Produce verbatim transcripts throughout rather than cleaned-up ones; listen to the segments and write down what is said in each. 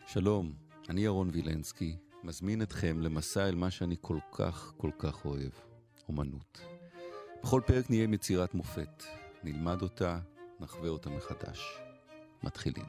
שלום, אני ירון וילנסקי, מזמין אתכם למסע אל מה שאני כל כך כל כך אוהב, אומנות. בכל פרק נהיה עם יצירת מופת, נלמד אותה, נחווה אותה מחדש. מתחילים.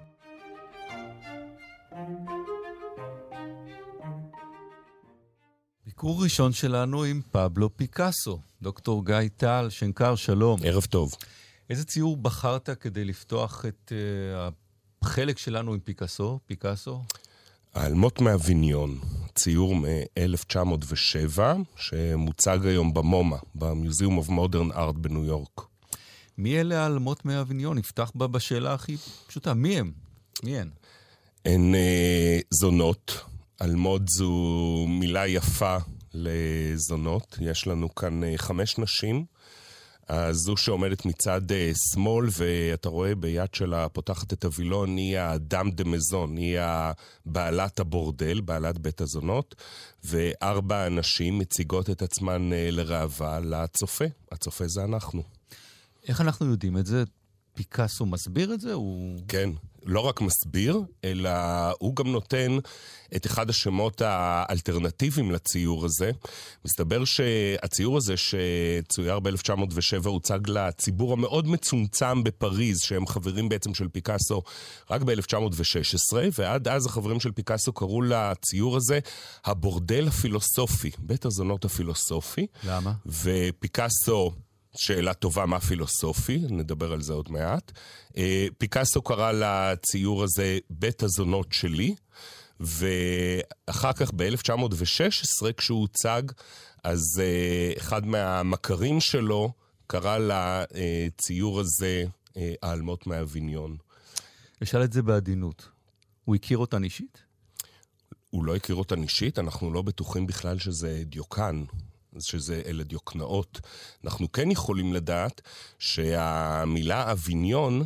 ביקור ראשון שלנו עם פבלו פיקאסו, דוקטור גיא טל, שנקר, שלום. ערב טוב. איזה ציור בחרת כדי לפתוח את uh, החלק שלנו עם פיקאסו? פיקאסו? העלמות מאביניון, ציור מ-אלף תשע מאות ושבע, שמוצג היום במומה, ב-Museum of Modern Art בניו יורק. מי אלה העלמות מאביניון? נפתח בה בשאלה הכי פשוטה. מי הם? מי הן? הן אה, זונות. עלמות זו מילה יפה לזונות. יש לנו כאן אה, חמש נשים. זו שעומדת מצד אה, שמאל, ואתה רואה ביד שלה פותחת את הווילון, היא האדם דה מזון, היא בעלת הבורדל, בעלת בית הזונות, וארבע אנשים מציגות את עצמן אה, לראווה לצופה. הצופה זה אנחנו. איך אנחנו יודעים את זה? פיקאסו מסביר את זה? הוא... כן, לא רק מסביר, אלא הוא גם נותן את אחד השמות האלטרנטיביים לציור הזה. מסתבר שהציור הזה שצויר ב-אלף תשע מאות ושבע הוצג לציבור המאוד מצומצם בפריז, שהם חברים בעצם של פיקאסו רק ב-אלף תשע מאות ושש עשרה, ועד אז החברים של פיקאסו קראו לציור הזה הבורדל הפילוסופי, בית הזונות הפילוסופי. למה? ופיקאסו... שאלה טובה, מה פילוסופי? נדבר על זה עוד מעט. פיקאסו קרא לציור הזה בית הזונות שלי, ואחר כך ב-אלף תשע מאות ושש עשרה כשהוא הוצג, אז אחד מהמכרים שלו קרא לציור הזה העלמות מאביניון. אשאל את זה בעדינות. הוא הכיר אותן אישית? הוא לא הכיר אותן אישית, אנחנו לא בטוחים בכלל שזה דיוקן. שזה אלה דיוקנאות. אנחנו כן יכולים לדעת שהמילה אביניון,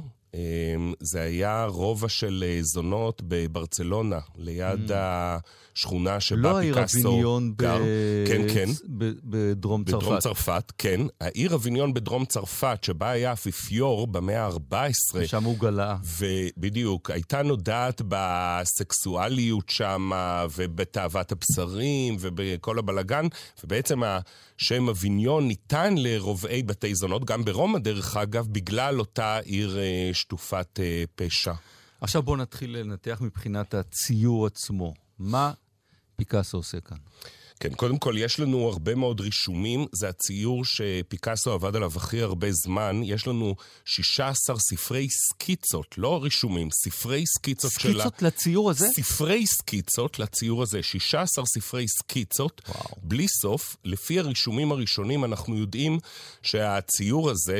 זה היה רובע של זונות בברצלונה, ליד mm. השכונה שבה לא פיקאסו העיר אביניון גר. ב... כן, כן. ב... בדרום צרפת. בדרום צרפת, כן. העיר אביניון בדרום צרפת, שבה היה אפיפיור במאה ה-ארבע עשרה. ושם הוא גלה. ובדיוק, הייתה נודעת בסקסואליות שם, ובתאוות הבשרים, ובכל הבלגן, ובעצם השם אביניון ניתן לרובעי בתי זונות, גם ברומא דרך אגב, בגלל אותה עיר שטופת פשע. עכשיו בואו נתחיל לנתח מבחינת הציור עצמו. מה פיקאסו עושה כאן? כן, קודם כל יש לנו הרבה מאוד רישומים, זה הציור שפיקאסו עבד עליו הכי הרבה זמן, יש לנו שישה עשר ספרי סקיצות, לא רישומים, ספרי סקיצות שלה. סקיצות לציור הזה? ספרי סקיצות לציור הזה, שישה עשר ספרי סקיצות, וואו. בלי סוף. לפי הרישומים הראשונים אנחנו יודעים שהציור הזה,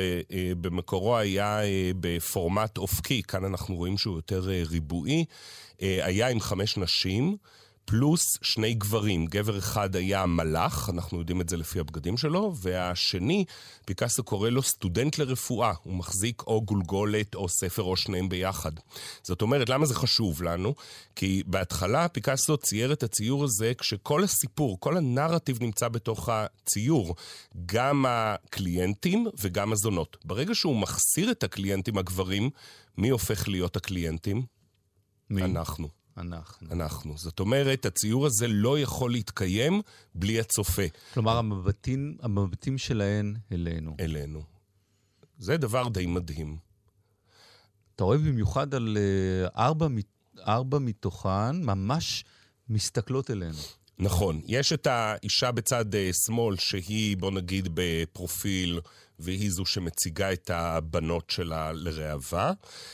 שבמקורו היה בפורמט אופקי, כאן אנחנו רואים שהוא יותר ריבועי, היה עם חמש נשים, פלוס שני גברים. גבר אחד היה מלאך, אנחנו יודעים את זה לפי הבגדים שלו, והשני, פיקאסו קורא לו סטודנט לרפואה. הוא מחזיק או גולגולת או ספר או שניהם ביחד. זאת אומרת, למה זה חשוב לנו? כי בהתחלה פיקאסו צייר את הציור הזה כשכל הסיפור, כל הנרטיב נמצא בתוך הציור. גם הקליינטים וגם הזונות. ברגע שהוא מחסיר את הקליינטים הגברים, מי הופך להיות הקליינטים? מי? אנחנו. אנחנו. אנחנו. זאת אומרת, הציור הזה לא יכול להתקיים בלי הצופה. כלומר, המבטים, המבטים שלהן אלינו. אלינו. זה דבר די מדהים. אתה רואה במיוחד על uh, ארבע, ארבע מתוכן ממש מסתכלות אלינו. נכון. יש את האישה בצד uh, שמאל שהיא, בוא נגיד, בפרופיל, והיא זו שמציגה את הבנות שלה לראווה.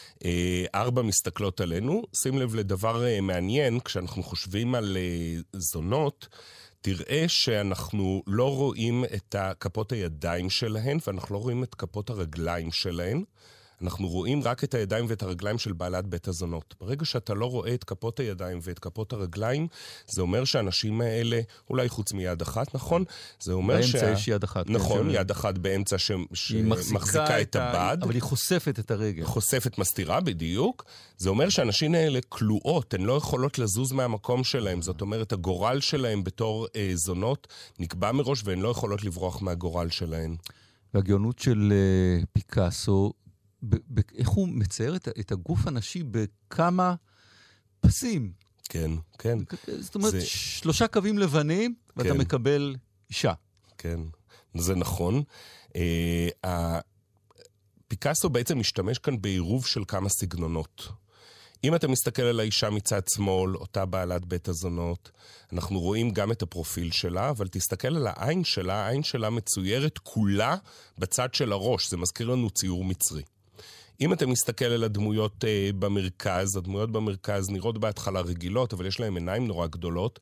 ארבע מסתכלות עלינו. שים לב לדבר מעניין, כשאנחנו חושבים על זונות, תראה שאנחנו לא רואים את כפות הידיים שלהן, ואנחנו לא רואים את כפות הרגליים שלהן. אנחנו רואים רק את הידיים ואת הרגליים של בעלת בית הזונות. ברגע שאתה לא רואה את כפות הידיים ואת כפות הרגליים, זה אומר שהאנשים האלה, אולי חוץ מיד אחת, נכון? זה אומר באמצע שה... יש יד אחת. נכון, כן, יד אחת באמצע ש... שמחזיקה את הבד. אבל היא חושפת את הרגל. חושפת מסתירה, בדיוק. זה אומר שהאנשים האלה כלואות, הן לא יכולות לזוז מהמקום שלהם. זאת אומרת, הגורל שלהם בתור אה, זונות נקבע מראש, והן לא יכולות לברוח מהגורל שלהן. והגאונות של אה, פיקאסו, ב- ב- איך הוא מצייר את, את הגוף הנשי בכמה פסים. כן, כן. זאת אומרת, זה... שלושה קווים לבנים, ואתה כן. מקבל אישה. כן, זה נכון. אה, פיקאסו בעצם משתמש כאן בעירוב של כמה סגנונות. אם אתה מסתכל על האישה מצד שמאל, אותה בעלת בית הזונות, אנחנו רואים גם את הפרופיל שלה, אבל תסתכל על העין שלה, העין שלה מצוירת כולה בצד של הראש, זה מזכיר לנו ציור מצרי. אם אתה מסתכל על הדמויות אה, במרכז, הדמויות במרכז נראות בהתחלה רגילות, אבל יש להם עיניים נורא גדולות,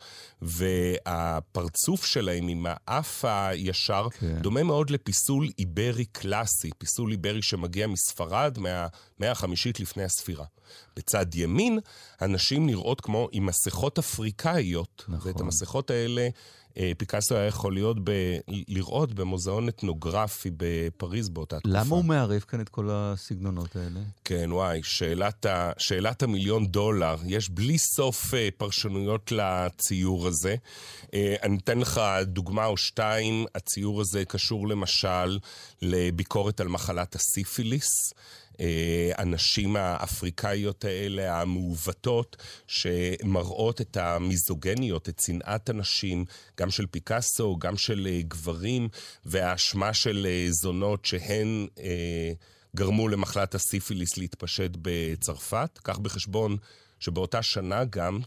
והפרצוף שלהם עם האף הישר כן. דומה מאוד לפיסול איברי קלאסי, פיסול איברי שמגיע מספרד מהמאה החמישית לפני הספירה. בצד ימין, הנשים נראות כמו עם מסכות אפריקאיות, נכון. ואת המסכות האלה פיקאסו היה יכול להיות ב... לראות במוזיאון אתנוגרפי בפריז באותה תקופה. למה הוא מערב כאן את כל הסגנונות האלה? כן, וואי, שאלת, ה... שאלת המיליון דולר. יש בלי סוף פרשנויות לציור הזה. אני אתן לך דוגמה או שתיים. הציור הזה קשור למשל לביקורת על מחלת הסיפיליס. הנשים האפריקאיות האלה, המעוותות, שמראות את המיזוגניות, את שנאת הנשים, גם של פיקאסו, גם של גברים, והאשמה של זונות שהן גרמו למחלת הסיפיליס להתפשט בצרפת. כך בחשבון שבאותה שנה גם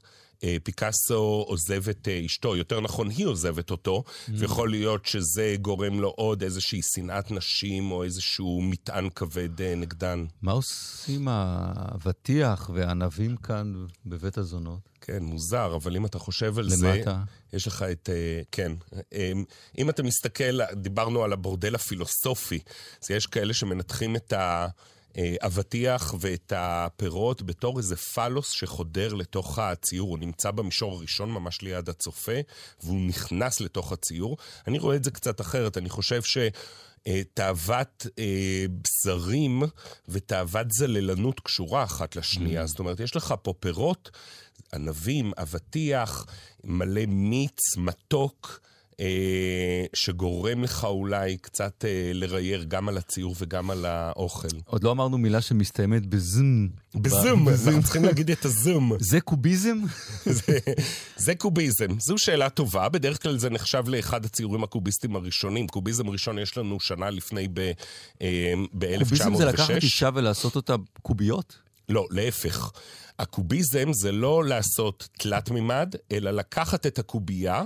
פיקאסו עוזב את אשתו, יותר נכון היא עוזבת אותו, mm. ויכול להיות שזה גורם לו עוד איזושהי שנאת נשים או איזשהו מטען כבד נגדן. מה עושים האבטיח והענבים כאן בבית הזונות? כן, מוזר, אבל אם אתה חושב על למטה. זה, יש לך את, כן, אם אתה מסתכל, דיברנו על הבורדל הפילוסופי, אז יש כאלה שמנתחים את ה... אבטיח ואת הפירות בתור איזה פלוס שחודר לתוך הציור. הוא נמצא במישור הראשון ממש ליד הצופה, והוא נכנס לתוך הציור. אני רואה את זה קצת אחרת. אני חושב ש... תאוות אה, בשרים ותאוות זללנות קשורה אחת לשנייה. Mm. זאת אומרת, יש לך פה פירות, ענבים, אבטיח, מלא מיץ, מתוק, אה, שגורם לך אולי קצת אה, לרייר גם על הציור וגם על האוכל. עוד לא אמרנו מילה שמסתיימת בזם. בזם, אנחנו צריכים להגיד את הזם. זה קוביזם? זה, זה קוביזם. זו שאלה טובה, בדרך כלל זה נחשב לאחד הציורים הקוביסטים הראשונים. קוביזם ראשון יש לנו שנה לפני ב-אלף תשע מאות ושש. קוביזם זה לקחת אישה ולעשות אותה קוביות? לא, להפך. הקוביזם זה לא לעשות תלת מימד, אלא לקחת את הקובייה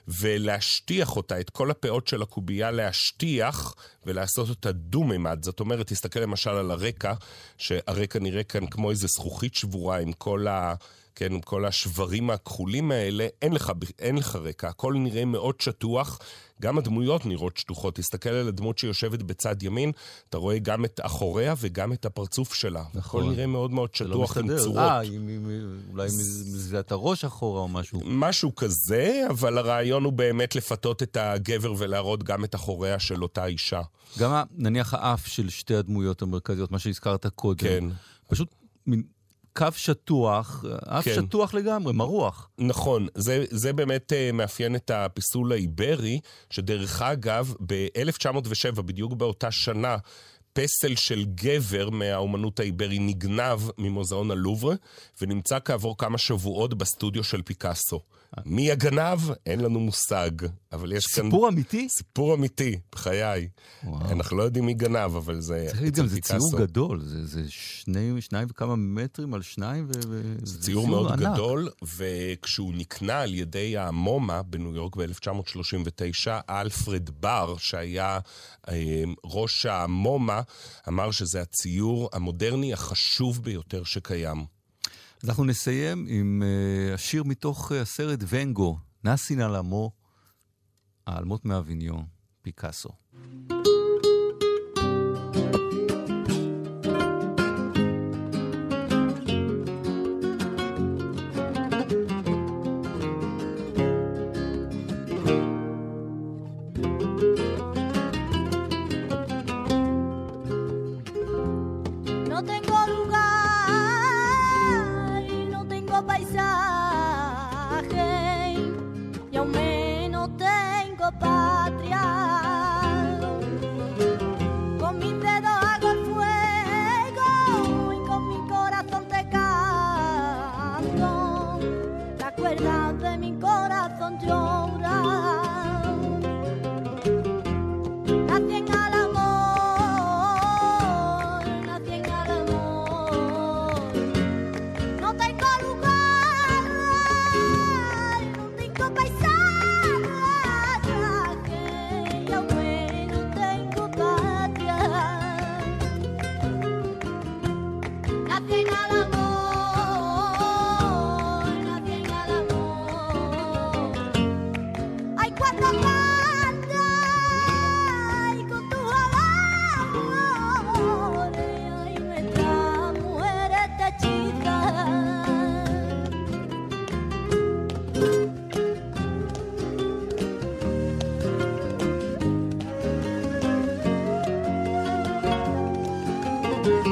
ולהשטיח אותה, את כל הפאות של הקובייה להשטיח ולעשות אותה דו מימד. זאת אומרת, תסתכל למשל על הרקע, שהרקע נראה כאן כמו איזה זכוכית שבורה עם כל ה... כן, עם כל השברים הכחולים האלה, אין לך, אין לך רקע. הכל נראה מאוד שטוח, גם הדמויות נראות שטוחות. תסתכל על הדמות שיושבת בצד ימין, אתה רואה גם את אחוריה וגם את הפרצוף שלה. נכון. הכל נראה מאוד מאוד שטוח עם צורות. אה, אולי מזיזה את הראש אחורה או משהו. משהו כזה, אבל הרעיון הוא באמת לפתות את הגבר ולהראות גם את אחוריה של אותה אישה. גם נניח האף של שתי הדמויות המרכזיות, מה שהזכרת קודם. כן. פשוט מין... קו שטוח, אף כן. שטוח לגמרי, מרוח. נכון, זה, זה באמת uh, מאפיין את הפיסול האיברי, שדרך אגב, ב-אלף תשע מאות ושבע, בדיוק באותה שנה, פסל של גבר מהאומנות האיברי נגנב ממוזיאון הלובר, ונמצא כעבור כמה שבועות בסטודיו של פיקאסו. מי הגנב? אין לנו מושג. אבל יש סיפור כאן... אמיתי? סיפור אמיתי, בחיי. וואו. אנחנו לא יודעים מי גנב, אבל זה... צריך להגיד גם, זה ציור גדול. זה, זה שני, שניים וכמה מטרים על שניים, ו... זה ציור מאוד ענק. גדול, וכשהוא נקנה על ידי המומה בניו יורק ב-אלף תשע מאות שלושים ותשע, אלפרד בר, שהיה אה, ראש המומה, אמר שזה הציור המודרני החשוב ביותר שקיים. אז אנחנו נסיים עם uh, השיר מתוך uh, הסרט ונגו, נסין על עמו, העלמות מאביניון, פיקאסו. Con mi dedo hago el fuego y con mi corazón te canto. Thank you.